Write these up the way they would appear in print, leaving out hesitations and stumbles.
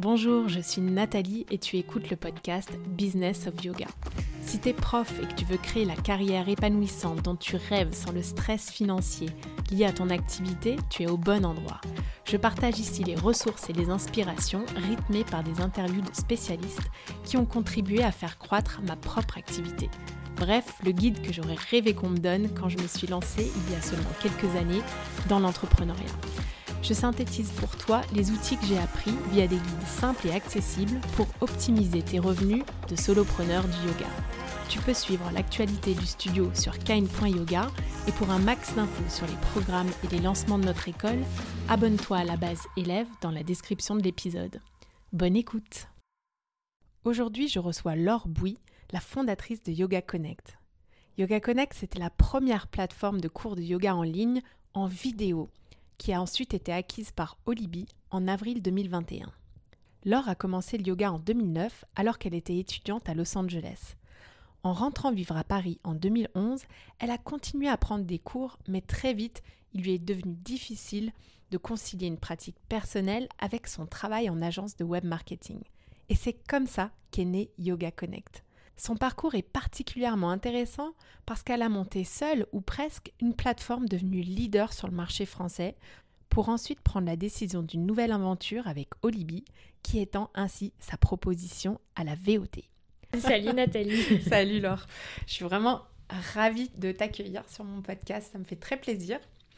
Bonjour, je suis Nathalie et tu écoutes le podcast Business of Yoga. Si t'es prof et que tu veux créer la carrière épanouissante dont tu rêves sans le stress financier lié à ton activité, tu es au bon endroit. Je partage ici les ressources et les inspirations rythmées par des interviews de spécialistes qui ont contribué à faire croître ma propre activité. Bref, le guide que j'aurais rêvé qu'on me donne quand je me suis lancée il y a seulement quelques années dans l'entrepreneuriat. Je synthétise pour toi les outils que j'ai appris via des guides simples et accessibles pour optimiser tes revenus de solopreneur du yoga. Tu peux suivre l'actualité du studio sur kain.yoga et pour un max d'infos sur les programmes et les lancements de notre école, abonne-toi à la base élève dans la description de l'épisode. Bonne écoute! Aujourd'hui, je reçois Laure Bouy, la fondatrice de Yoga Connect. Yoga Connect, c'était la première plateforme de cours de yoga en ligne en vidéo qui a ensuite été acquise par Olibi en avril 2021. Laure a commencé le yoga en 2009 alors qu'elle était étudiante à Los Angeles. En rentrant vivre à Paris en 2011, elle a continué à prendre des cours, mais très vite, il lui est devenu difficile de concilier une pratique personnelle avec son travail en agence de web marketing. Et c'est comme ça qu'est né Yoga Connect. Son parcours est particulièrement intéressant parce qu'elle a monté seule ou presque une plateforme devenue leader sur le marché français pour ensuite prendre la décision d'une nouvelle aventure avec Olibi qui étend ainsi sa proposition à la VOT. Salut Nathalie. Salut Laure. Je suis vraiment ravie de t'accueillir sur mon podcast, ça me fait très plaisir.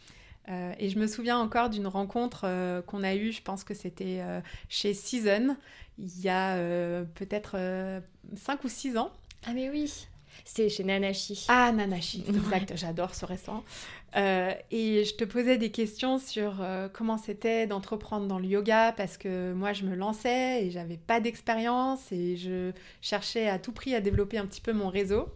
Et je me souviens encore d'une rencontre qu'on a eue, je pense que c'était chez Season, il y a peut-être 5 ou 6 ans. Ah mais oui, c'était chez Nanashi. Ah, Nanashi, exact, ouais. J'adore ce restaurant. Et je te posais des questions sur comment c'était d'entreprendre dans le yoga, parce que moi, je me lançais et j'avais pas d'expérience et je cherchais à tout prix à développer un petit peu mon réseau.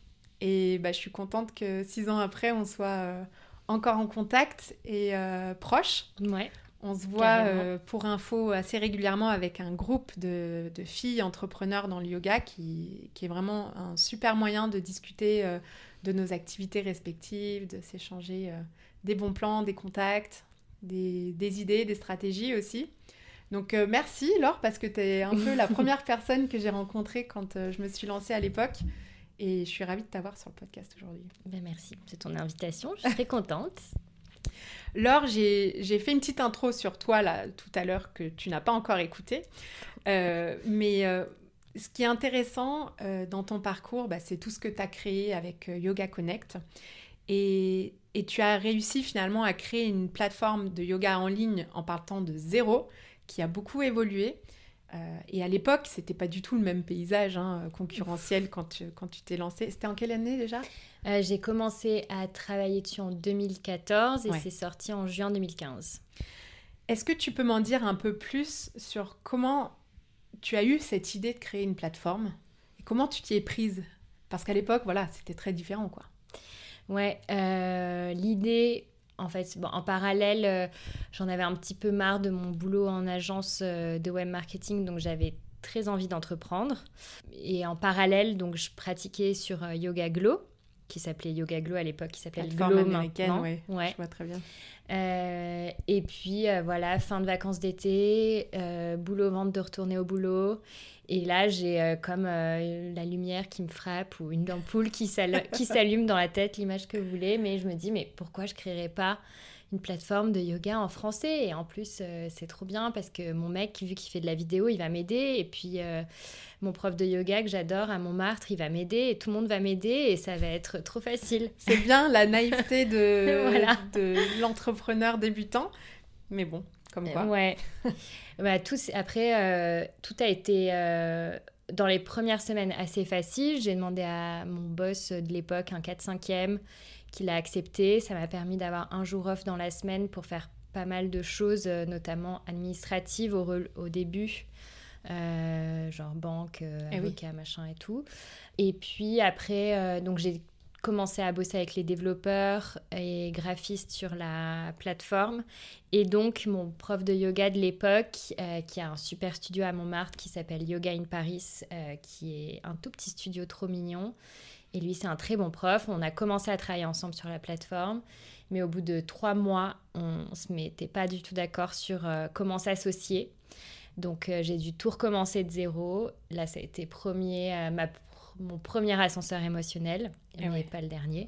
Et je suis contente que 6 ans après, on soit encore en contact et proches. Ouais. On se voit pour info assez régulièrement avec un groupe de filles entrepreneurs dans le yoga qui est vraiment un super moyen de discuter de nos activités respectives, de s'échanger des bons plans, des contacts, des idées, des stratégies aussi. Donc merci Laure, parce que tu es un peu la première personne que j'ai rencontrée quand je me suis lancée à l'époque. Et je suis ravie de t'avoir sur le podcast aujourd'hui. Merci, c'est ton invitation, je suis très contente. Laure, j'ai fait une petite intro sur toi là, tout à l'heure que tu n'as pas encore écoutée. Mais ce qui est intéressant dans ton parcours, c'est tout ce que tu as créé avec Yoga Connect. Et tu as réussi finalement à créer une plateforme de yoga en ligne en partant de zéro, qui a beaucoup évolué. Et à l'époque, c'était pas du tout le même paysage concurrentiel quand tu t'es lancée. C'était en quelle année déjà ? J'ai commencé à travailler dessus en 2014 et ouais. C'est sorti en juin 2015. Est-ce que tu peux m'en dire un peu plus sur comment tu as eu cette idée de créer une plateforme et comment tu t'y es prise ? Parce qu'à l'époque, voilà, c'était très différent, quoi. Ouais, l'idée... En fait, en parallèle, j'en avais un petit peu marre de mon boulot en agence de web marketing, donc j'avais très envie d'entreprendre. Et en parallèle, donc, je pratiquais sur Yoga Glow, qui s'appelait Yoga Glow à l'époque, qui s'appelait plateforme Glow américaine, maintenant. Ouais, je vois très bien. Et puis, voilà, fin de vacances d'été, boulot au ventre de retourner au boulot. Et là, j'ai comme la lumière qui me frappe ou une ampoule qui s'allume dans la tête, l'image que vous voulez. Mais je me dis, mais pourquoi je ne créerais pas une plateforme de yoga en français ? Et en plus, c'est trop bien parce que mon mec, vu qu'il fait de la vidéo, il va m'aider. Et puis, mon prof de yoga que j'adore à Montmartre, il va m'aider. Et tout le monde va m'aider et ça va être trop facile. C'est bien la naïveté voilà. de l'entrepreneur débutant. Mais bon, comme quoi. Ouais. Après, tout a été, dans les premières semaines, assez facile. J'ai demandé à mon boss de l'époque un 4/5e qu'il a accepté. Ça m'a permis d'avoir un jour off dans la semaine pour faire pas mal de choses, notamment administratives au début. Genre banque, avocat, machin et tout. Et puis après, donc j'ai commencé à bosser avec les développeurs et graphistes sur la plateforme. Et donc, mon prof de yoga de l'époque, qui a un super studio à Montmartre qui s'appelle Yoga in Paris, qui est un tout petit studio trop mignon. Et lui, c'est un très bon prof. On a commencé à travailler ensemble sur la plateforme. Mais au bout de 3 mois, on ne se mettait pas du tout d'accord sur comment s'associer. Donc, j'ai dû tout recommencer de zéro. Là, ça a été mon premier ascenseur émotionnel, mais pas le dernier.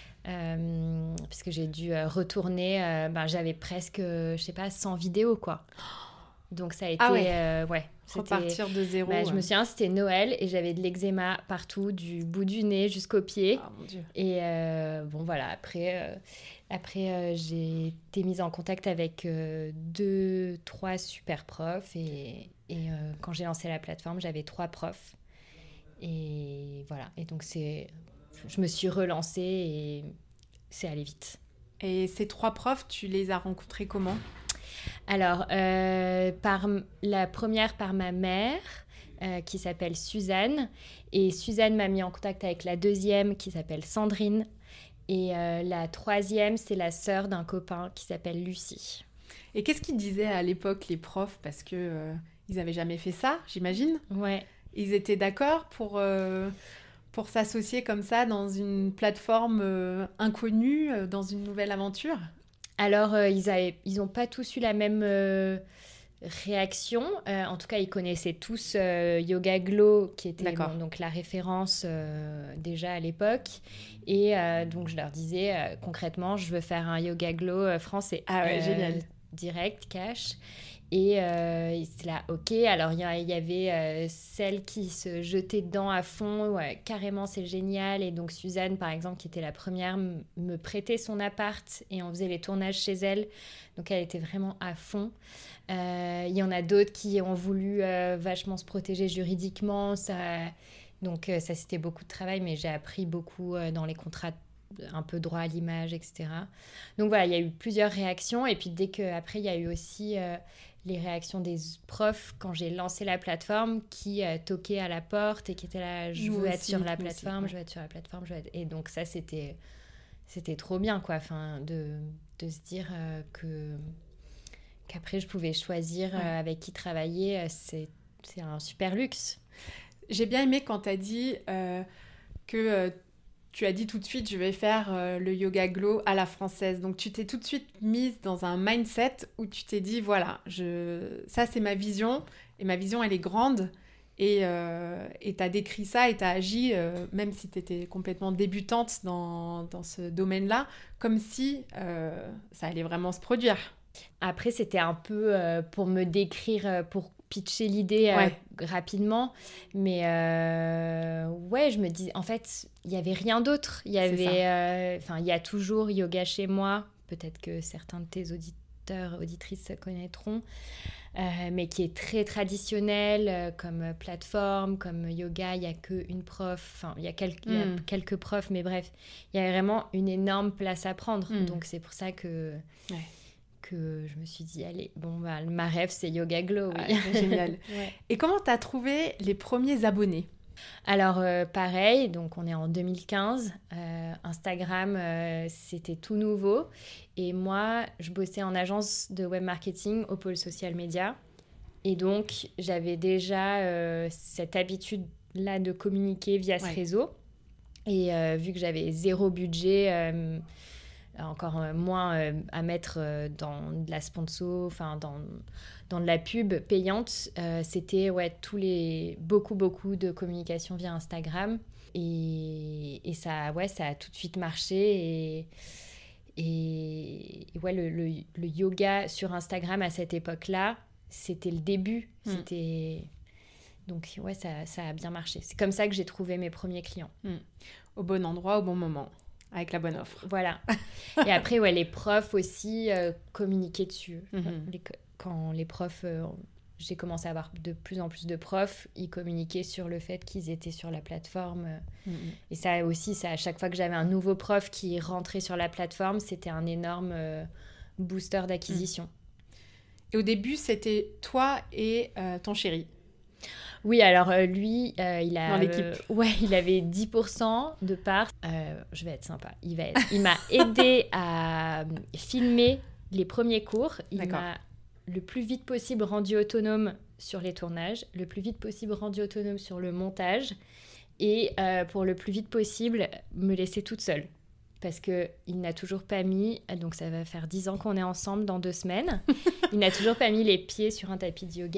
Parce que j'ai dû retourner. J'avais presque, je sais pas, 100 vidéos, quoi. Donc, ça a été... repartir de zéro. Je me souviens, c'était Noël et j'avais de l'eczéma partout, du bout du nez jusqu'aux pieds. Oh mon Dieu. Et voilà, après j'ai été mise en contact avec 2-3 super profs. Et quand j'ai lancé la plateforme, j'avais 3 profs. Et voilà. Et donc, je me suis relancée et c'est allé vite. Et ces 3 profs, tu les as rencontrés comment ? Alors, la première par ma mère, qui s'appelle Suzanne. Et Suzanne m'a mis en contact avec la deuxième, qui s'appelle Sandrine. Et la troisième, c'est la sœur d'un copain qui s'appelle Lucie. Et qu'est-ce qu'ils disaient à l'époque, les profs ? Parce que ils n'avaient jamais fait ça, j'imagine. Ouais. Ils étaient d'accord pour s'associer comme ça dans une plateforme inconnue, dans une nouvelle aventure ? Alors, ils n'ont pas tous eu la même réaction. En tout cas, ils connaissaient tous Yoga Glow, qui était donc la référence déjà à l'époque. Et donc, je leur disais concrètement, je veux faire un Yoga Glow français. Ah ouais, génial. Direct, cash. Et c'est là, ok. Alors, il y avait celle qui se jetait dedans à fond. Ouais, carrément, c'est génial. Et donc, Suzanne, par exemple, qui était la première, me prêtait son appart et on faisait les tournages chez elle. Donc, elle était vraiment à fond. Il y en a d'autres qui ont voulu vachement se protéger juridiquement. Donc, ça, c'était beaucoup de travail, mais j'ai appris beaucoup dans les contrats, un peu droit à l'image, etc. Donc, voilà, il y a eu plusieurs réactions. Et puis, après, il y a eu aussi... les réactions des profs quand j'ai lancé la plateforme qui toquaient à la porte et qui étaient là, je veux être sur la plateforme, je veux être sur la plateforme. Et donc ça, c'était trop bien, quoi, enfin, de se dire qu'après, je pouvais choisir avec qui travailler. C'est un super luxe. J'ai bien aimé quand tu as dit que... tu as dit tout de suite, je vais faire le Yoga Glow à la française. Donc, tu t'es tout de suite mise dans un mindset où tu t'es dit, voilà, ça, c'est ma vision. Et ma vision, elle est grande. Et tu as décrit ça et tu as agi, même si tu étais complètement débutante dans ce domaine-là, comme si ça allait vraiment se produire. Après, c'était un peu pour me décrire, pour pitcher l'idée rapidement. Mais je me dis, en fait, il n'y avait rien d'autre. Il y a toujours Yoga chez moi. Peut-être que certains de tes auditeurs, auditrices connaîtront. Mais qui est très traditionnel comme plateforme, comme yoga. Il n'y a qu'une prof. Enfin, il y a quelques profs, mais bref. Il y a vraiment une énorme place à prendre. Donc, c'est pour ça que... que je me suis dit, allez, ma rêve, c'est Yoga Glow. Oui. Génial. Et comment tu as trouvé les premiers abonnés ? Alors, pareil, donc on est en 2015. Instagram, c'était tout nouveau. Et moi, je bossais en agence de web marketing au pôle social media. Et donc, j'avais déjà cette habitude-là de communiquer via ce réseau. Et vu que j'avais 0 budget... encore moins à mettre dans de la sponsor, enfin dans de la pub payante. C'était beaucoup de communication via Instagram. Et ça a tout de suite marché. Et le yoga sur Instagram à cette époque-là, c'était le début. Donc, ça a bien marché. C'est comme ça que j'ai trouvé mes premiers clients. Au bon endroit, au bon moment. Avec la bonne offre. Voilà. Et après, les profs aussi communiquaient dessus. Quand les profs, j'ai commencé à avoir de plus en plus de profs, ils communiquaient sur le fait qu'ils étaient sur la plateforme. Et ça aussi, à chaque fois que j'avais un nouveau prof qui rentrait sur la plateforme, c'était un énorme booster d'acquisition. Et au début, c'était toi et ton chéri. Oui, alors lui, il a... Dans l'équipe. Il avait 10% de part. Je vais être sympa. Il m'a aidé à filmer les premiers cours. Il m'a le plus vite possible rendu autonome sur les tournages, le plus vite possible rendu autonome sur le montage et pour le plus vite possible me laisser toute seule. Parce qu'il n'a toujours pas mis, donc ça va faire 10 ans qu'on est ensemble dans 2 semaines, il n'a toujours pas mis les pieds sur un tapis de yoga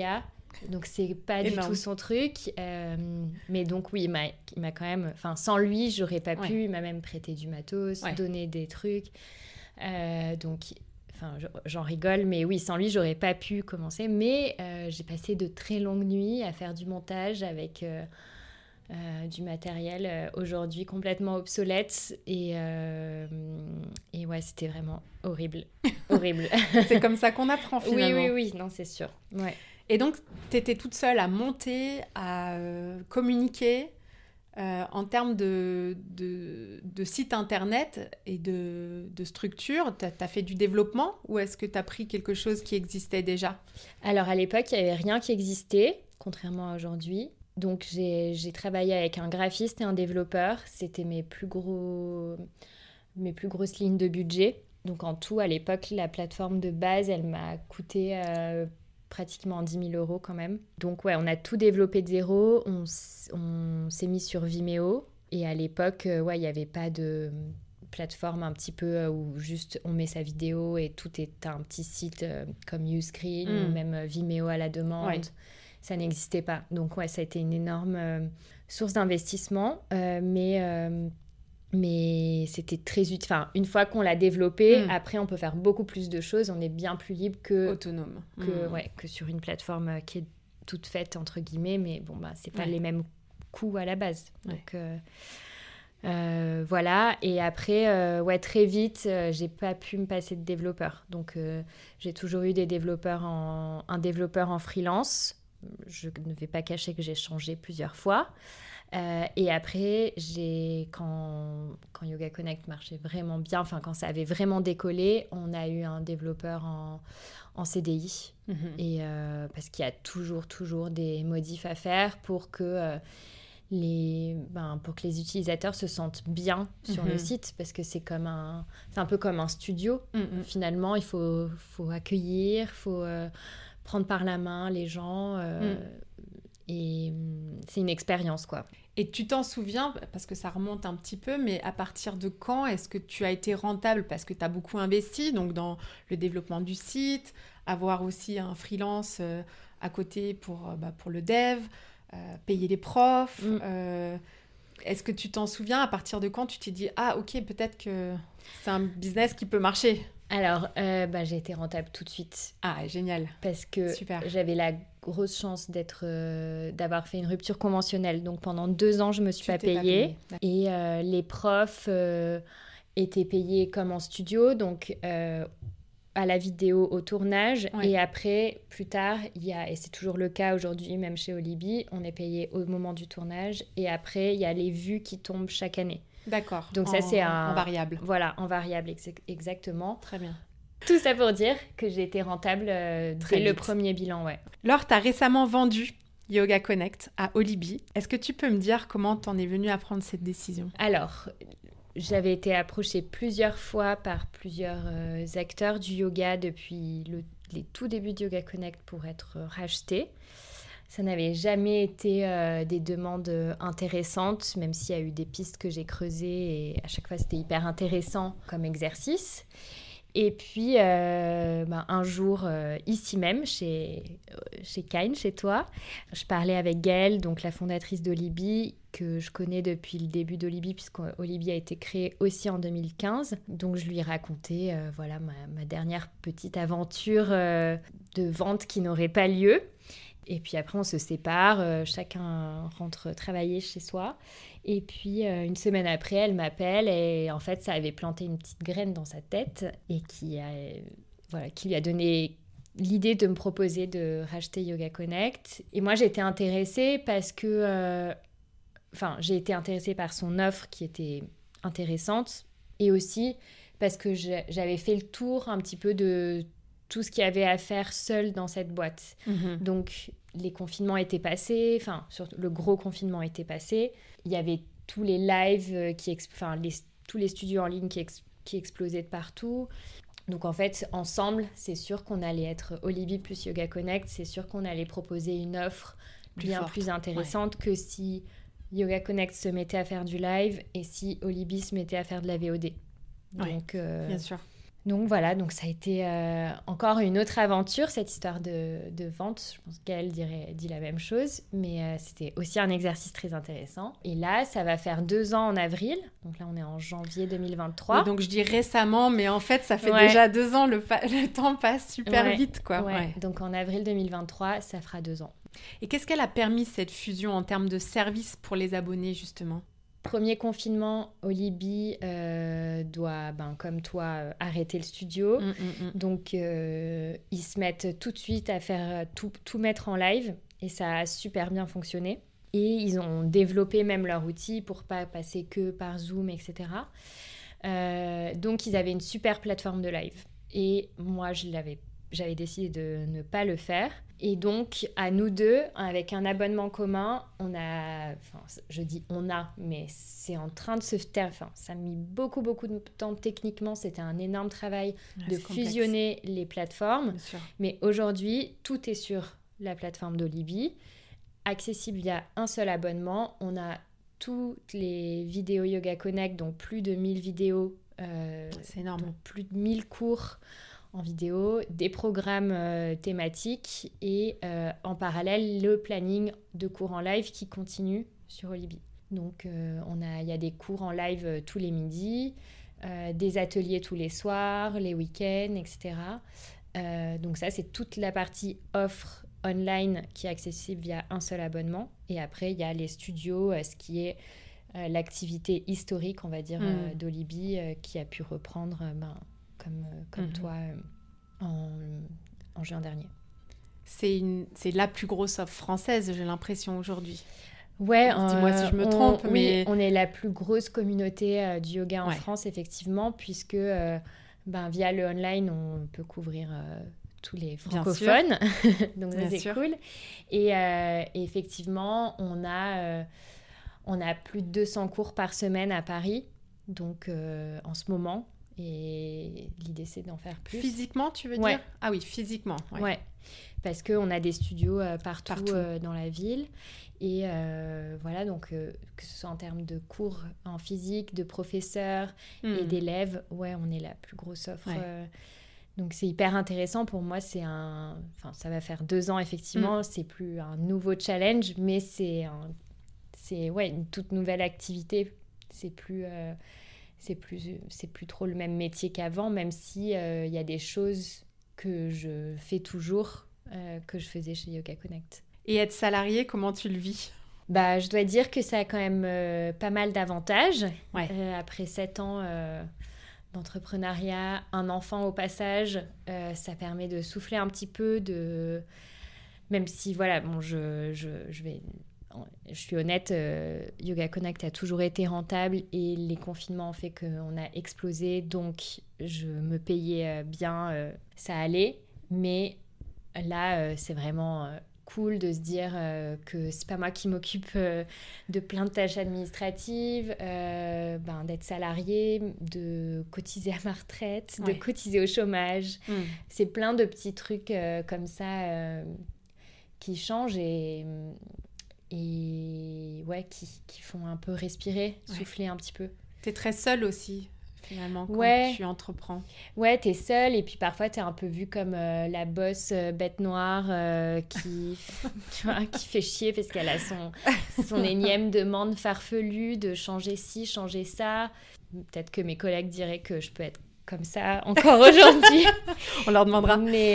Donc, c'est pas du tout son truc. Mais donc, oui, il m'a quand même... Enfin, sans lui, j'aurais pas pu. Il m'a même prêté du matos, donné des trucs. Donc, enfin, j'en rigole. Mais oui, sans lui, j'aurais pas pu commencer. Mais j'ai passé de très longues nuits à faire du montage avec du matériel aujourd'hui complètement obsolète. Et ouais, c'était vraiment horrible. Horrible. C'est comme ça qu'on apprend, finalement. Oui. Non, c'est sûr. Ouais. Et donc, tu étais toute seule à monter, à communiquer en termes de site internet et de structure. Tu as fait du développement ou est-ce que tu as pris quelque chose qui existait déjà ? Alors, à l'époque, il n'y avait rien qui existait, contrairement à aujourd'hui. Donc, j'ai travaillé avec un graphiste et un développeur. C'était mes plus grosses lignes de budget. Donc, en tout, à l'époque, la plateforme de base, elle m'a coûté... pratiquement 10 000 € quand même. Donc ouais, on a tout développé de zéro, on s'est mis sur Vimeo et à l'époque, il n'y avait pas de plateforme un petit peu où juste on met sa vidéo et tout est un petit site comme Uscreen ou même Vimeo à la demande. Ouais. Ça n'existait pas. Donc ouais, ça a été une énorme source d'investissement, mais c'était très utile. Enfin, une fois qu'on l'a développé, après, on peut faire beaucoup plus de choses. On est bien plus libre autonome. Que sur une plateforme qui est toute faite, entre guillemets. Mais bon, c'est pas les mêmes coûts à la base. Donc, voilà. Et après, très vite, j'ai pas pu me passer de développeur. Donc, j'ai toujours eu un développeur en freelance. Je ne vais pas cacher que j'ai changé plusieurs fois. Et après, quand Yoga Connect marchait vraiment bien, enfin quand ça avait vraiment décollé, on a eu un développeur en CDI. Et, parce qu'il y a toujours des modifs à faire pour que les utilisateurs se sentent bien sur le site, parce que c'est un peu comme un studio. Finalement, il faut accueillir, il faut prendre par la main les gens. Et c'est une expérience, quoi. Et tu t'en souviens, parce que ça remonte un petit peu, mais à partir de quand est-ce que tu as été rentable ? Parce que tu as beaucoup investi donc dans le développement du site, avoir aussi un freelance à côté pour le dev, payer les profs. Est-ce que tu t'en souviens, à partir de quand tu t'es dit « Ah, ok, peut-être que c'est un business qui peut marcher ?» Alors, j'ai été rentable tout de suite. Ah, génial. Parce que j'avais la grosse chance d'avoir fait une rupture conventionnelle. Donc, pendant 2 ans, je ne me suis pas payée. Et les profs étaient payés comme en studio, donc à la vidéo, au tournage. Et après, plus tard, et c'est toujours le cas aujourd'hui, même chez Olibi, on est payé au moment du tournage. Et après, il y a les vues qui tombent chaque année. D'accord. Donc ça, c'est en variable. Voilà, en variable, exactement. Très bien. Tout ça pour dire que j'ai été rentable dès le premier bilan, Laure, tu as récemment vendu Yoga Connect à Olibi. Est-ce que tu peux me dire comment t'en es venue à prendre cette décision ? Alors, j'avais été approchée plusieurs fois par plusieurs acteurs du yoga depuis les tout débuts de Yoga Connect pour être racheté. Ça n'avait jamais été des demandes intéressantes, même s'il y a eu des pistes que j'ai creusées et à chaque fois c'était hyper intéressant comme exercice. Et puis un jour, ici même, chez Kine, chez toi, je parlais avec Gaëlle, donc la fondatrice d'Olibi, que je connais depuis le début d'Olibi, puisqu'Olibi a été créé aussi en 2015. Donc je lui ai raconté ma dernière petite aventure de vente qui n'aurait pas lieu. Et puis après, on se sépare, chacun rentre travailler chez soi. Et puis, une semaine après, elle m'appelle et en fait, ça avait planté une petite graine dans sa tête et qui lui a donné l'idée de me proposer de racheter Yoga Connect. Et moi, j'étais intéressée parce que... j'ai été intéressée par son offre qui était intéressante et aussi parce que j'avais fait le tour un petit peu de tout ce qu'il y avait à faire seul dans cette boîte. Donc, les confinements étaient passés, surtout le gros confinement était passé. Il y avait tous les lives, tous les studios en ligne qui explosaient de partout. Donc, en fait, ensemble, c'est sûr qu'on allait être Olibi plus Yoga Connect. C'est sûr qu'on allait proposer une offre bien plus intéressante que si Yoga Connect se mettait à faire du live et si Olibi se mettait à faire de la VOD. Donc, bien sûr. Donc voilà, donc ça a été encore une autre aventure, cette histoire de vente. Je pense qu'elle dit la même chose, mais c'était aussi un exercice très intéressant. Et là, ça va faire 2 ans en avril. Donc là, on est en janvier 2023. Oui, donc je dis récemment, mais en fait, ça fait déjà 2 ans. Le temps passe super vite, quoi. Ouais. Donc en avril 2023, ça fera 2 ans. Et qu'est-ce qu'elle a permis, cette fusion, en termes de services pour les abonnés, justement ? Premier confinement, Olibi doit, comme toi, arrêter le studio. Donc, ils se mettent tout de suite à faire tout mettre en live. Et ça a super bien fonctionné. Et ils ont développé même leur outil pour pas passer que par Zoom, etc. Donc, ils avaient une super plateforme de live. Et moi, j'avais décidé de ne pas le faire. Et donc, à nous deux, avec un abonnement commun, je dis on a, mais c'est en train de se faire. Ça a mis beaucoup de temps techniquement. C'était un énorme travail de fusionner les plateformes. Mais aujourd'hui, tout est sur la plateforme d'Olibi, accessible via un seul abonnement. On a toutes les vidéos Yoga Connect, donc plus de 1000 vidéos. C'est énorme. Donc plus de 1000 cours en vidéo, des programmes thématiques et en parallèle le planning de cours en live qui continue sur Olibi. Donc il y a des cours en live tous les midis, des ateliers tous les soirs, les week-ends, etc. Donc ça, c'est toute la partie offre online qui est accessible via un seul abonnement. Et après, il y a les studios, ce qui est l'activité historique, on va dire, d'Olibi, qui a pu reprendre... comme toi en juin dernier. C'est la plus grosse offre française, j'ai l'impression, aujourd'hui. Ouais, dis-moi si je me trompe, mais... Oui, on est la plus grosse communauté du yoga en France, effectivement, puisque via le online, on peut couvrir tous les francophones. Donc ça, c'est cool. Et effectivement, on a plus de 200 cours par semaine à Paris, donc en ce moment. Et l'idée, c'est d'en faire plus. Physiquement, tu veux dire ? Ah oui, physiquement. Ouais. Parce qu'on a des studios partout. Dans la ville. Et voilà, donc que ce soit en termes de cours en physique, de professeurs et d'élèves, on est la plus grosse offre. Donc c'est hyper intéressant. Pour moi, ça va faire 2 ans, effectivement. C'est plus un nouveau challenge, mais c'est une toute nouvelle activité. C'est plus trop le même métier qu'avant, même si y a des choses que je fais toujours, que je faisais chez Yoga Connect. Et être salarié, comment tu le vis ? Je dois dire que ça a quand même pas mal d'avantages. Après 7 ans d'entrepreneuriat, un enfant au passage, ça permet de souffler un petit peu, même si, je suis honnête, Yoga Connect a toujours été rentable et les confinements ont fait qu'on a explosé, donc je me payais bien, ça allait. Mais là, c'est vraiment cool de se dire que c'est pas moi qui m'occupe de plein de tâches administratives, d'être salarié, de cotiser à ma retraite, de cotiser au chômage. C'est plein de petits trucs comme ça qui changent et qui font un peu respirer, souffler un petit peu. T'es très seule aussi, finalement, quand tu entreprends. Ouais, t'es seule et puis parfois t'es un peu vue comme la boss bête noire qui fait chier parce qu'elle a son énième demande farfelue de changer ci, changer ça. Peut-être que mes collègues diraient que je peux être comme ça encore aujourd'hui. On leur demandera.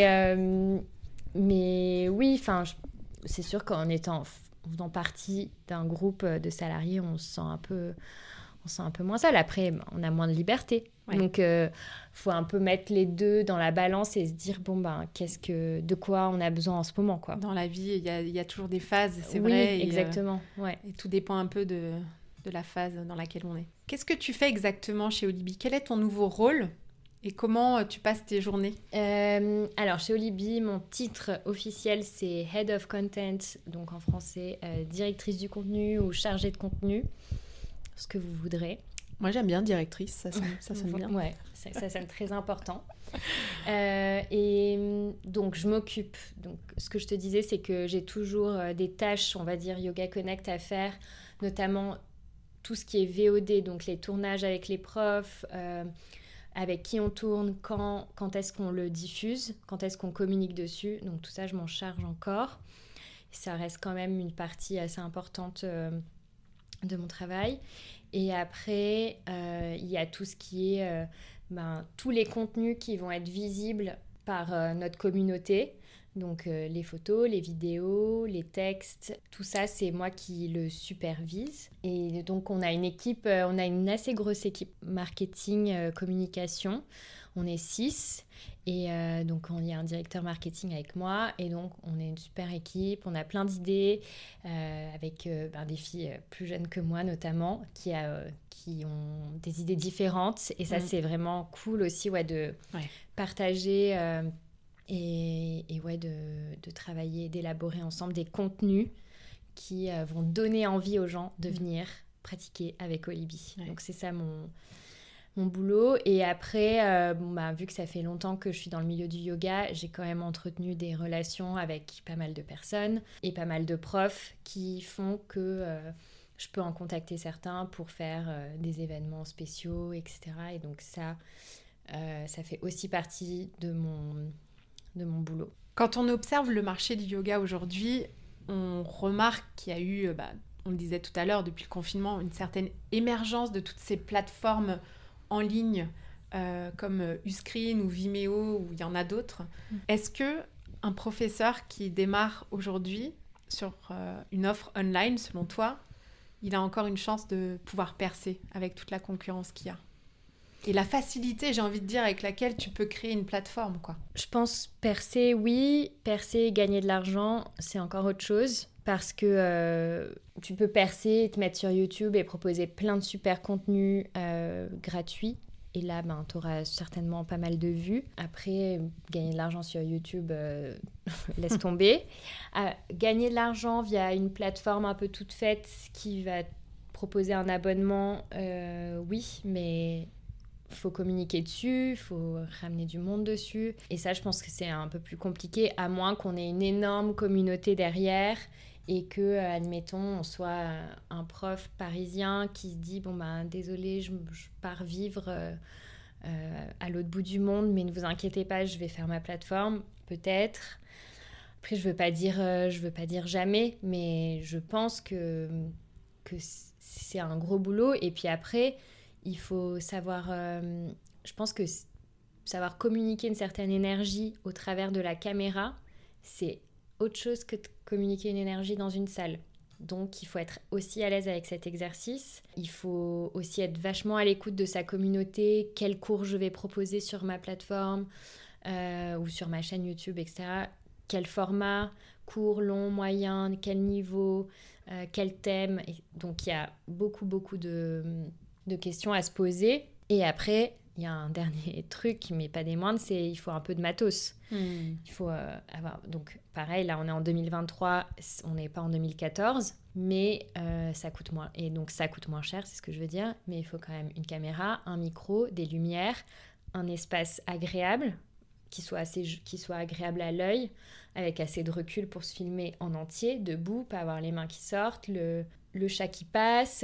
Mais oui, c'est sûr qu'en faisant partie d'un groupe de salariés, on se sent un peu moins seul. Après, on a moins de liberté. Donc, faut un peu mettre les deux dans la balance et se dire, de quoi on a besoin en ce moment, quoi. Dans la vie, il y a toujours des phases, c'est vrai. Exactement. Et tout dépend un peu de la phase dans laquelle on est. Qu'est-ce que tu fais exactement chez Olibi ? Quel est ton nouveau rôle ? Et comment tu passes tes journées ? Alors, chez Olibi, mon titre officiel, c'est Head of Content, donc en français, directrice du contenu ou chargée de contenu, ce que vous voudrez. Moi, j'aime bien directrice, ça sonne bien. Ouais, ça sonne très important. Et donc, je m'occupe. Donc, ce que je te disais, c'est que j'ai toujours des tâches, on va dire, Yoga Connect à faire, notamment tout ce qui est VOD, donc les tournages avec les profs, avec qui on tourne, quand est-ce qu'on le diffuse, quand est-ce qu'on communique dessus. Donc tout ça, je m'en charge encore. Ça reste quand même une partie assez importante de mon travail. Et après, il y a tout ce qui est tous les contenus qui vont être visibles par notre communauté. Donc les photos, les vidéos, les textes, tout ça, c'est moi qui le supervise. Et donc on a une assez grosse équipe marketing, communication. On est 6 et donc il y a un directeur marketing avec moi et donc on est une super équipe. On a plein d'idées avec des filles plus jeunes que moi notamment qui ont des idées différentes et ça c'est vraiment cool aussi de partager et de travailler, d'élaborer ensemble des contenus qui vont donner envie aux gens de venir pratiquer avec Olibi. Donc c'est ça mon boulot. Et après, vu que ça fait longtemps que je suis dans le milieu du yoga, j'ai quand même entretenu des relations avec pas mal de personnes et pas mal de profs qui font que je peux en contacter certains pour faire des événements spéciaux, etc. Et donc ça fait aussi partie de mon boulot. Quand on observe le marché du yoga aujourd'hui, on remarque qu'il y a eu, on le disait tout à l'heure, depuis le confinement, une certaine émergence de toutes ces plateformes en ligne comme Uscreen ou Vimeo, ou il y en a d'autres. Est-ce qu'un professeur qui démarre aujourd'hui sur une offre online, selon toi, il a encore une chance de pouvoir percer avec toute la concurrence qu'il y a ? Et la facilité, j'ai envie de dire, avec laquelle tu peux créer une plateforme, quoi. Je pense percer, oui. Percer et gagner de l'argent, c'est encore autre chose. Parce que tu peux percer et te mettre sur YouTube et proposer plein de super contenus gratuits. Et là, tu auras certainement pas mal de vues. Après, gagner de l'argent sur YouTube, laisse tomber. Gagner de l'argent via une plateforme un peu toute faite qui va te proposer un abonnement, oui, mais il faut communiquer dessus, il faut ramener du monde dessus. Et ça, je pense que c'est un peu plus compliqué, à moins qu'on ait une énorme communauté derrière et que, admettons, on soit un prof parisien qui se dit désolé, je pars vivre à l'autre bout du monde, mais ne vous inquiétez pas, je vais faire ma plateforme, peut-être. Après, je veux pas dire jamais, mais je pense que c'est un gros boulot. Et puis après, il faut savoir, je pense que savoir communiquer une certaine énergie au travers de la caméra, c'est autre chose que de communiquer une énergie dans une salle. Donc, il faut être aussi à l'aise avec cet exercice. Il faut aussi être vachement à l'écoute de sa communauté, quel cours je vais proposer sur ma plateforme ou sur ma chaîne YouTube, etc. Quel format, court, long, moyen, quel niveau, quel thème. Et donc, il y a beaucoup de questions à se poser. Et après, il y a un dernier truc, mais pas des moindres, c'est il faut un peu de matos. Il faut avoir... Donc, pareil, là, on est en 2023, on n'est pas en 2014, mais ça coûte moins. Et donc, ça coûte moins cher, c'est ce que je veux dire. Mais il faut quand même une caméra, un micro, des lumières, un espace agréable, qui soit agréable à l'œil, avec assez de recul pour se filmer en entier, debout, pas avoir les mains qui sortent, le chat qui passe,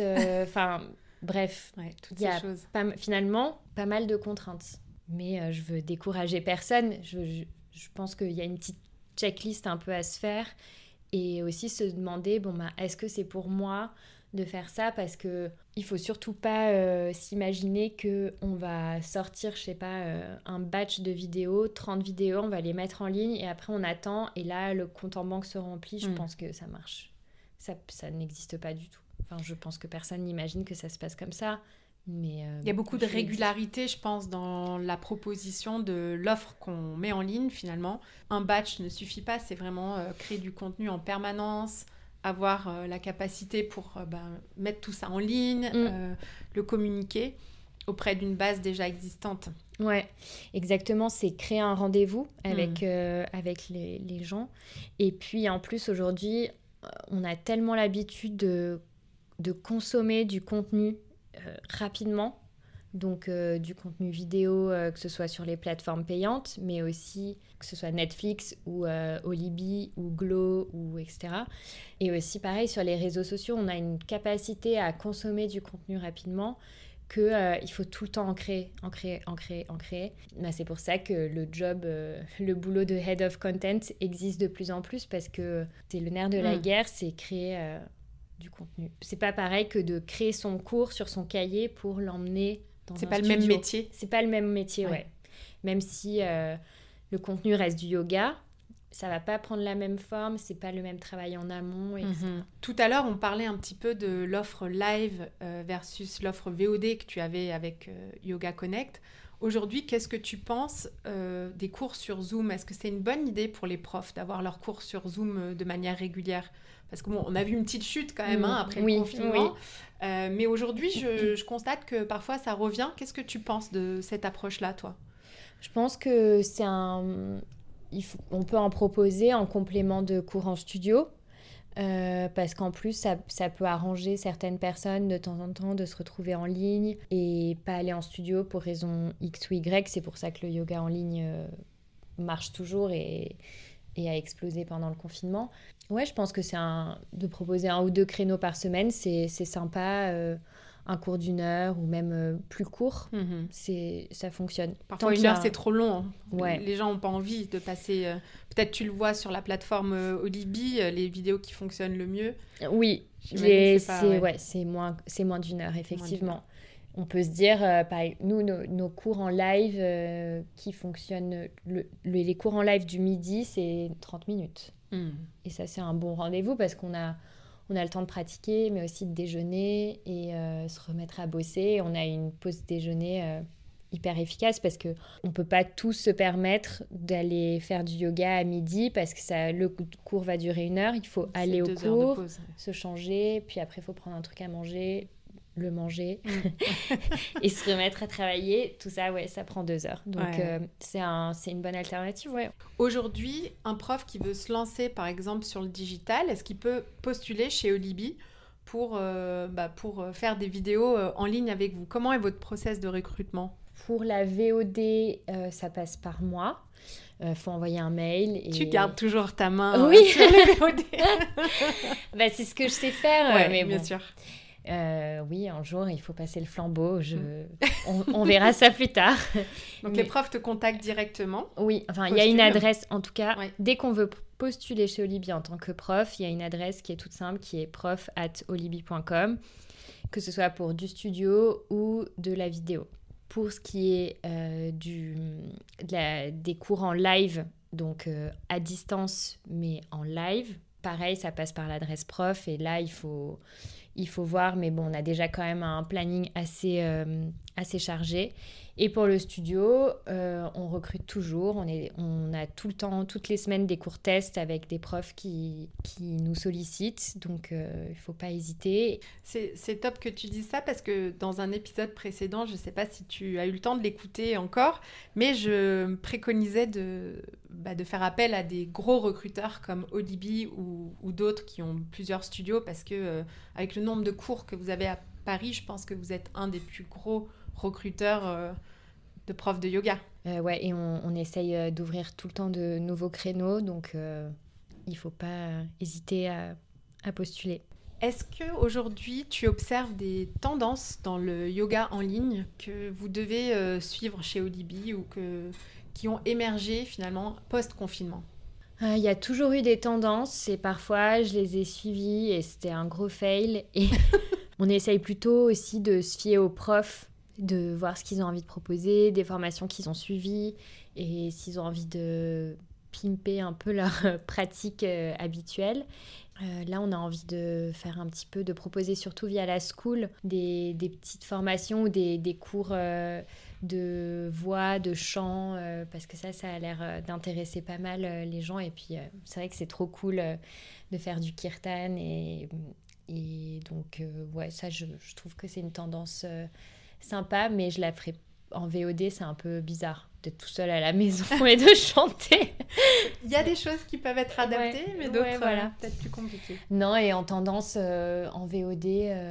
bref, toutes il y ces a choses. Finalement pas mal de contraintes. Mais je veux décourager personne. Je pense qu'il y a une petite checklist un peu à se faire. Et aussi se demander, est-ce que c'est pour moi de faire ça? Parce qu'il ne faut surtout pas s'imaginer qu'on va sortir, je sais pas, un batch de vidéos, 30 vidéos, on va les mettre en ligne et après on attend. Et là, le compte en banque se remplit. Je pense que ça marche. Ça n'existe pas du tout. Enfin, je pense que personne n'imagine que ça se passe comme ça. Mais il y a beaucoup de régularité, je pense, dans la proposition de l'offre qu'on met en ligne, finalement. Un batch ne suffit pas, c'est vraiment créer du contenu en permanence, avoir la capacité pour mettre tout ça en ligne, le communiquer auprès d'une base déjà existante. Ouais, exactement, c'est créer un rendez-vous avec les gens. Et puis, en plus, aujourd'hui, on a tellement l'habitude de consommer du contenu rapidement, donc du contenu vidéo, que ce soit sur les plateformes payantes, mais aussi que ce soit Netflix ou Olibi ou Glow, ou etc. Et aussi pareil sur les réseaux sociaux, on a une capacité à consommer du contenu rapidement qu'il faut tout le temps en créer. Bah, c'est pour ça que le boulot de Head of Content existe de plus en plus, parce que c'est le nerf de la guerre, c'est créer du contenu. C'est pas pareil que de créer son cours sur son cahier pour l'emmener dans un studio. C'est pas le même métier. C'est pas le même métier, ouais. Même si le contenu reste du yoga, ça va pas prendre la même forme, c'est pas le même travail en amont, etc. Tout à l'heure, on parlait un petit peu de l'offre live versus l'offre VOD que tu avais avec Yoga Connect. Aujourd'hui, qu'est-ce que tu penses des cours sur Zoom ? Est-ce que c'est une bonne idée pour les profs d'avoir leurs cours sur Zoom de manière régulière ? Parce que on a vu une petite chute quand même après le confinement. Mais aujourd'hui, je constate que parfois ça revient. Qu'est-ce que tu penses de cette approche-là, toi ? Je pense que on peut en proposer en complément de cours en studio. Parce qu'en plus, ça peut arranger certaines personnes de temps en temps de se retrouver en ligne et pas aller en studio pour raison X ou Y. C'est pour ça que le yoga en ligne marche toujours et a explosé pendant le confinement. Ouais, je pense que de proposer 1 ou 2 créneaux par semaine, c'est sympa. Un cours d'1 heure ou même plus court, ça fonctionne. Parfois, 1 heure, c'est trop long. Hein. Ouais. Les gens n'ont pas envie de passer... Peut-être tu le vois sur la plateforme Olibi, les vidéos qui fonctionnent le mieux. Oui, c'est moins d'1 heure, effectivement. On peut se dire, nous, nos cours en live qui fonctionnent, les cours en live du midi, c'est 30 minutes. Et ça, c'est un bon rendez-vous parce qu'on a le temps de pratiquer, mais aussi de déjeuner et se remettre à bosser. On a une pause déjeuner hyper efficace parce qu'on ne peut pas tous se permettre d'aller faire du yoga à midi parce que le cours va durer 1 heure. Il faut aller au cours, se changer, puis après, il faut prendre un truc à manger, le manger et se remettre à travailler. Tout ça, ça prend 2 heures. Donc, c'est une bonne alternative, Aujourd'hui, un prof qui veut se lancer, par exemple, sur le digital, est-ce qu'il peut postuler chez Olibi pour faire des vidéos en ligne avec vous ? Comment est votre process de recrutement ? Pour la VOD, ça passe par moi. Faut envoyer un mail. Et... Tu gardes toujours ta main sur les VOD. C'est ce que je sais faire. Mais bien sûr. Oui, un jour, il faut passer le flambeau. On verra ça plus tard. Donc, les profs te contactent directement ? Oui, il y a une adresse, en tout cas, dès qu'on veut postuler chez Olibi en tant que prof, il y a une adresse qui est toute simple, qui est prof@olibi.com, que ce soit pour du studio ou de la vidéo. Pour ce qui est des cours en live, donc à distance, mais en live, pareil, ça passe par l'adresse prof, et là, il faut voir, mais bon, on a déjà quand même un planning assez chargé. Et pour le studio, on recrute toujours. On a tout le temps, toutes les semaines, des cours tests avec des profs qui nous sollicitent. Donc, il ne faut pas hésiter. C'est top que tu dises ça parce que dans un épisode précédent, je ne sais pas si tu as eu le temps de l'écouter encore, mais je préconisais de faire appel à des gros recruteurs comme Olibi ou d'autres qui ont plusieurs studios parce que avec le nombre de cours que vous avez à Paris, je pense que vous êtes un des plus gros recruteurs de profs de yoga. Et on essaye d'ouvrir tout le temps de nouveaux créneaux, donc il ne faut pas hésiter à postuler. Est-ce qu'aujourd'hui, tu observes des tendances dans le yoga en ligne que vous devez suivre chez Olibi ou qui ont émergé finalement post-confinement ? Il y a toujours eu des tendances et parfois je les ai suivies et c'était un gros fail. Et on essaye plutôt aussi de se fier aux profs, de voir ce qu'ils ont envie de proposer, des formations qu'ils ont suivies et s'ils ont envie de pimper un peu leur pratique habituelle. Là, on a envie de faire un petit peu, de proposer surtout via la school des petites formations ou des cours de voix, de chant, parce que ça a l'air d'intéresser pas mal les gens. Et puis, c'est vrai que c'est trop cool de faire du kirtan. Et donc, ça, je trouve que c'est une tendance sympa, mais je la ferai en VOD, c'est un peu bizarre d'être tout seul à la maison et de chanter. Il y a des choses qui peuvent être adaptées, mais d'autres peut-être plus compliquées. Non, et en tendance, en VOD,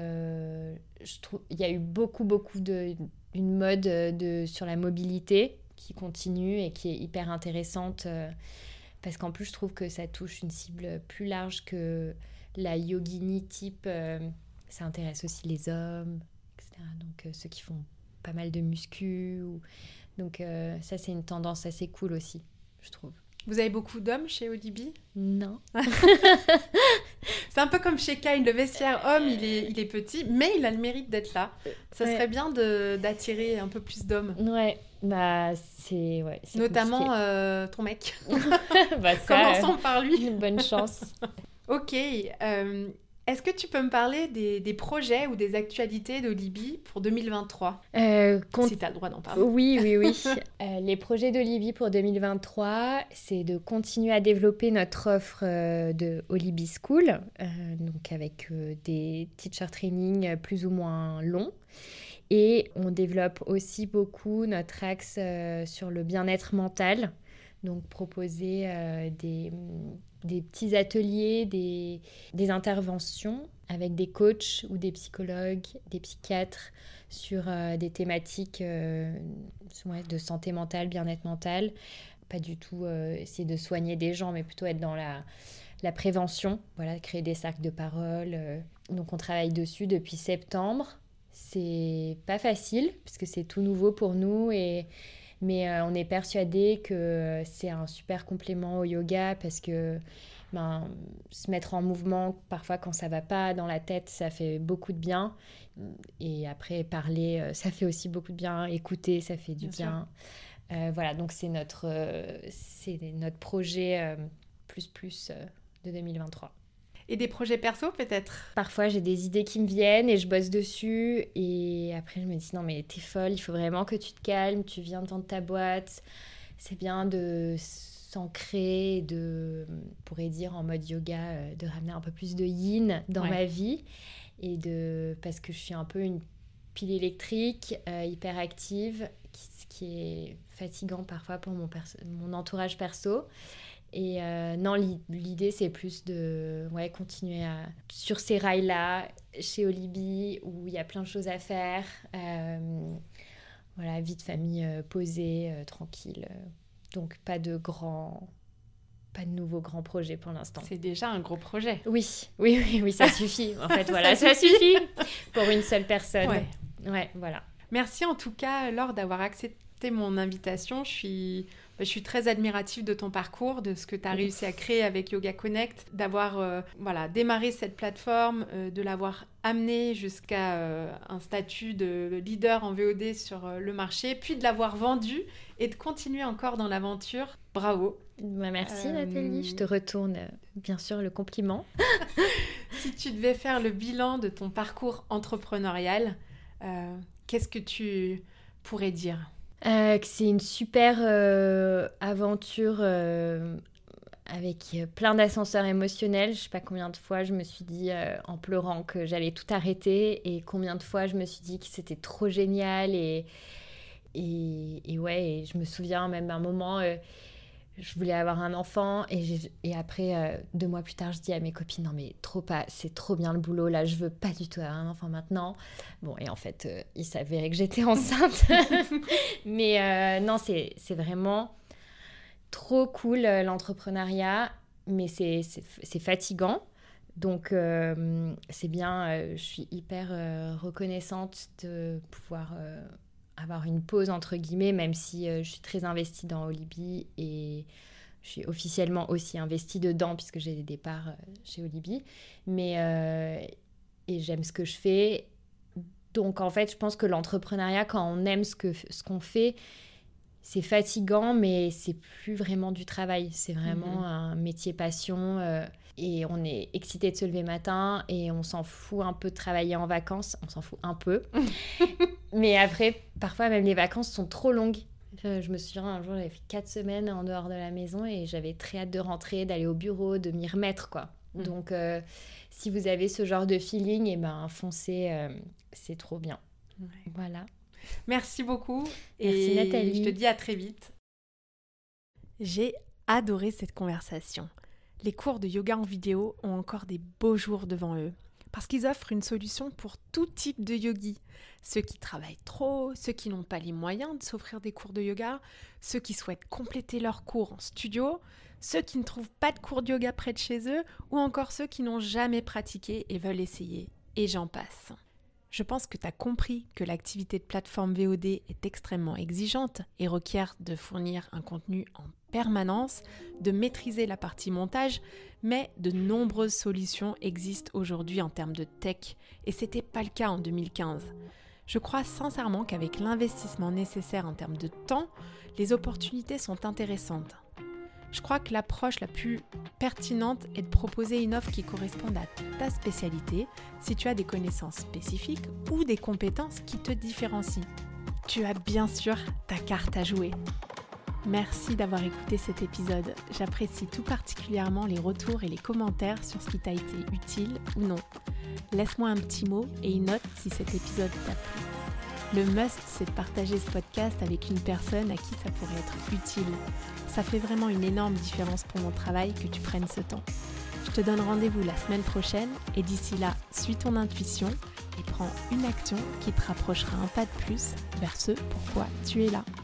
je trouve il y a eu beaucoup une mode sur la mobilité qui continue et qui est hyper intéressante parce qu'en plus, je trouve que ça touche une cible plus large que la yogini type. Ça intéresse aussi les hommes, etc. Donc, ceux qui font pas mal de muscu. Donc, ça, c'est une tendance assez cool aussi, je trouve. Vous avez beaucoup d'hommes chez Olibi ? Non. C'est un peu comme chez Kyle, le vestiaire homme, il est petit, mais il a le mérite d'être là. Ça serait bien d'attirer un peu plus d'hommes. Ouais, bah c'est notamment ton mec. Bah, Commençons par lui. Une bonne chance. Ok. Est-ce que tu peux me parler des projets ou des actualités d'Olibi pour 2023 si tu as le droit d'en parler. Oui. Les projets d'Olibi pour 2023, c'est de continuer à développer notre offre de Olibi School, donc avec des teacher training plus ou moins longs. Et on développe aussi beaucoup notre axe sur le bien-être mental. Donc proposer des petits ateliers, des interventions avec des coachs ou des psychologues, des psychiatres sur des thématiques de santé mentale, bien-être mental. Pas du tout essayer de soigner des gens, mais plutôt être dans la prévention. Voilà, créer des cercles de parole. Donc on travaille dessus depuis septembre. C'est pas facile parce que c'est tout nouveau pour nous mais on est persuadé que c'est un super complément au yoga parce que se mettre en mouvement, parfois quand ça va pas dans la tête, ça fait beaucoup de bien. Et après, parler, ça fait aussi beaucoup de bien. Écouter, ça fait du bien. Voilà, donc c'est notre projet plus de 2023. Et des projets perso peut-être ? Parfois, j'ai des idées qui me viennent et je bosse dessus. Et après, je me dis, non, mais t'es folle, il faut vraiment que tu te calmes, tu viens de tendre ta boîte. C'est bien de s'ancrer, on pourrait dire en mode yoga, de ramener un peu plus de yin dans ma vie. Parce que je suis un peu une pile électrique, hyper active, ce qui est fatigant parfois pour mon entourage perso. Et non, l'idée, c'est plus de continuer sur ces rails-là, chez Olibi, où il y a plein de choses à faire. Vie de famille posée, tranquille. Donc, pas de nouveaux grands projets pour l'instant. C'est déjà un gros projet. Oui, ça suffit. En fait, voilà, ça suffit pour une seule personne. Ouais, voilà. Merci en tout cas, Laure, d'avoir accepté mon invitation. Je suis très admirative de ton parcours, de ce que tu as réussi à créer avec Yoga Connect, d'avoir démarré cette plateforme, de l'avoir amenée jusqu'à un statut de leader en VOD sur le marché, puis de l'avoir vendue et de continuer encore dans l'aventure. Bravo. Merci Nathalie, je te retourne bien sûr le compliment. Si tu devais faire le bilan de ton parcours entrepreneurial, qu'est-ce que tu pourrais dire ? Que c'est une super aventure avec plein d'ascenseurs émotionnels. Je ne sais pas combien de fois je me suis dit en pleurant que j'allais tout arrêter et combien de fois je me suis dit que c'était trop génial. Et je me souviens même d'un moment, je voulais avoir un enfant et après, 2 mois plus tard, je dis à mes copines, non mais c'est trop bien le boulot, là je veux pas du tout avoir un enfant maintenant. Bon, et en fait, il s'avérait que j'étais enceinte. Mais non, c'est vraiment trop cool l'entrepreneuriat, mais c'est fatigant. Donc c'est bien, je suis hyper reconnaissante de pouvoir avoir une pause entre guillemets, même si je suis très investie dans Olibi et je suis officiellement aussi investie dedans puisque j'ai des départs chez Olibi, mais et j'aime ce que je fais. Donc en fait, je pense que l'entrepreneuriat, quand on aime ce qu'on fait, c'est fatigant, mais c'est plus vraiment du travail. C'est vraiment un métier passion. Et on est excité de se lever matin et on s'en fout un peu de travailler en vacances. On s'en fout un peu. Mais après, parfois, même les vacances sont trop longues. Je me souviens, un jour, j'avais fait 4 semaines en dehors de la maison et j'avais très hâte de rentrer, d'aller au bureau, de m'y remettre, quoi. Donc, si vous avez ce genre de feeling, foncez, c'est trop bien. Ouais. Voilà. Merci beaucoup. Merci Nathalie. Je te dis à très vite. J'ai adoré cette conversation. Les cours de yoga en vidéo ont encore des beaux jours devant eux parce qu'ils offrent une solution pour tout type de yogis. Ceux qui travaillent trop, ceux qui n'ont pas les moyens de s'offrir des cours de yoga, ceux qui souhaitent compléter leurs cours en studio, ceux qui ne trouvent pas de cours de yoga près de chez eux ou encore ceux qui n'ont jamais pratiqué et veulent essayer. Et j'en passe. Je pense que tu as compris que l'activité de plateforme VOD est extrêmement exigeante et requiert de fournir un contenu en permanence, de maîtriser la partie montage, mais de nombreuses solutions existent aujourd'hui en termes de tech et c'était pas le cas en 2015. Je crois sincèrement qu'avec l'investissement nécessaire en termes de temps, les opportunités sont intéressantes. Je crois que l'approche la plus pertinente est de proposer une offre qui corresponde à ta spécialité si tu as des connaissances spécifiques ou des compétences qui te différencient. Tu as bien sûr ta carte à jouer. Merci d'avoir écouté cet épisode. J'apprécie tout particulièrement les retours et les commentaires sur ce qui t'a été utile ou non. Laisse-moi un petit mot et une note si cet épisode t'a plu. Le must, c'est de partager ce podcast avec une personne à qui ça pourrait être utile. Ça fait vraiment une énorme différence pour mon travail que tu prennes ce temps. Je te donne rendez-vous la semaine prochaine et d'ici là, suis ton intuition et prends une action qui te rapprochera un pas de plus vers ce pourquoi tu es là.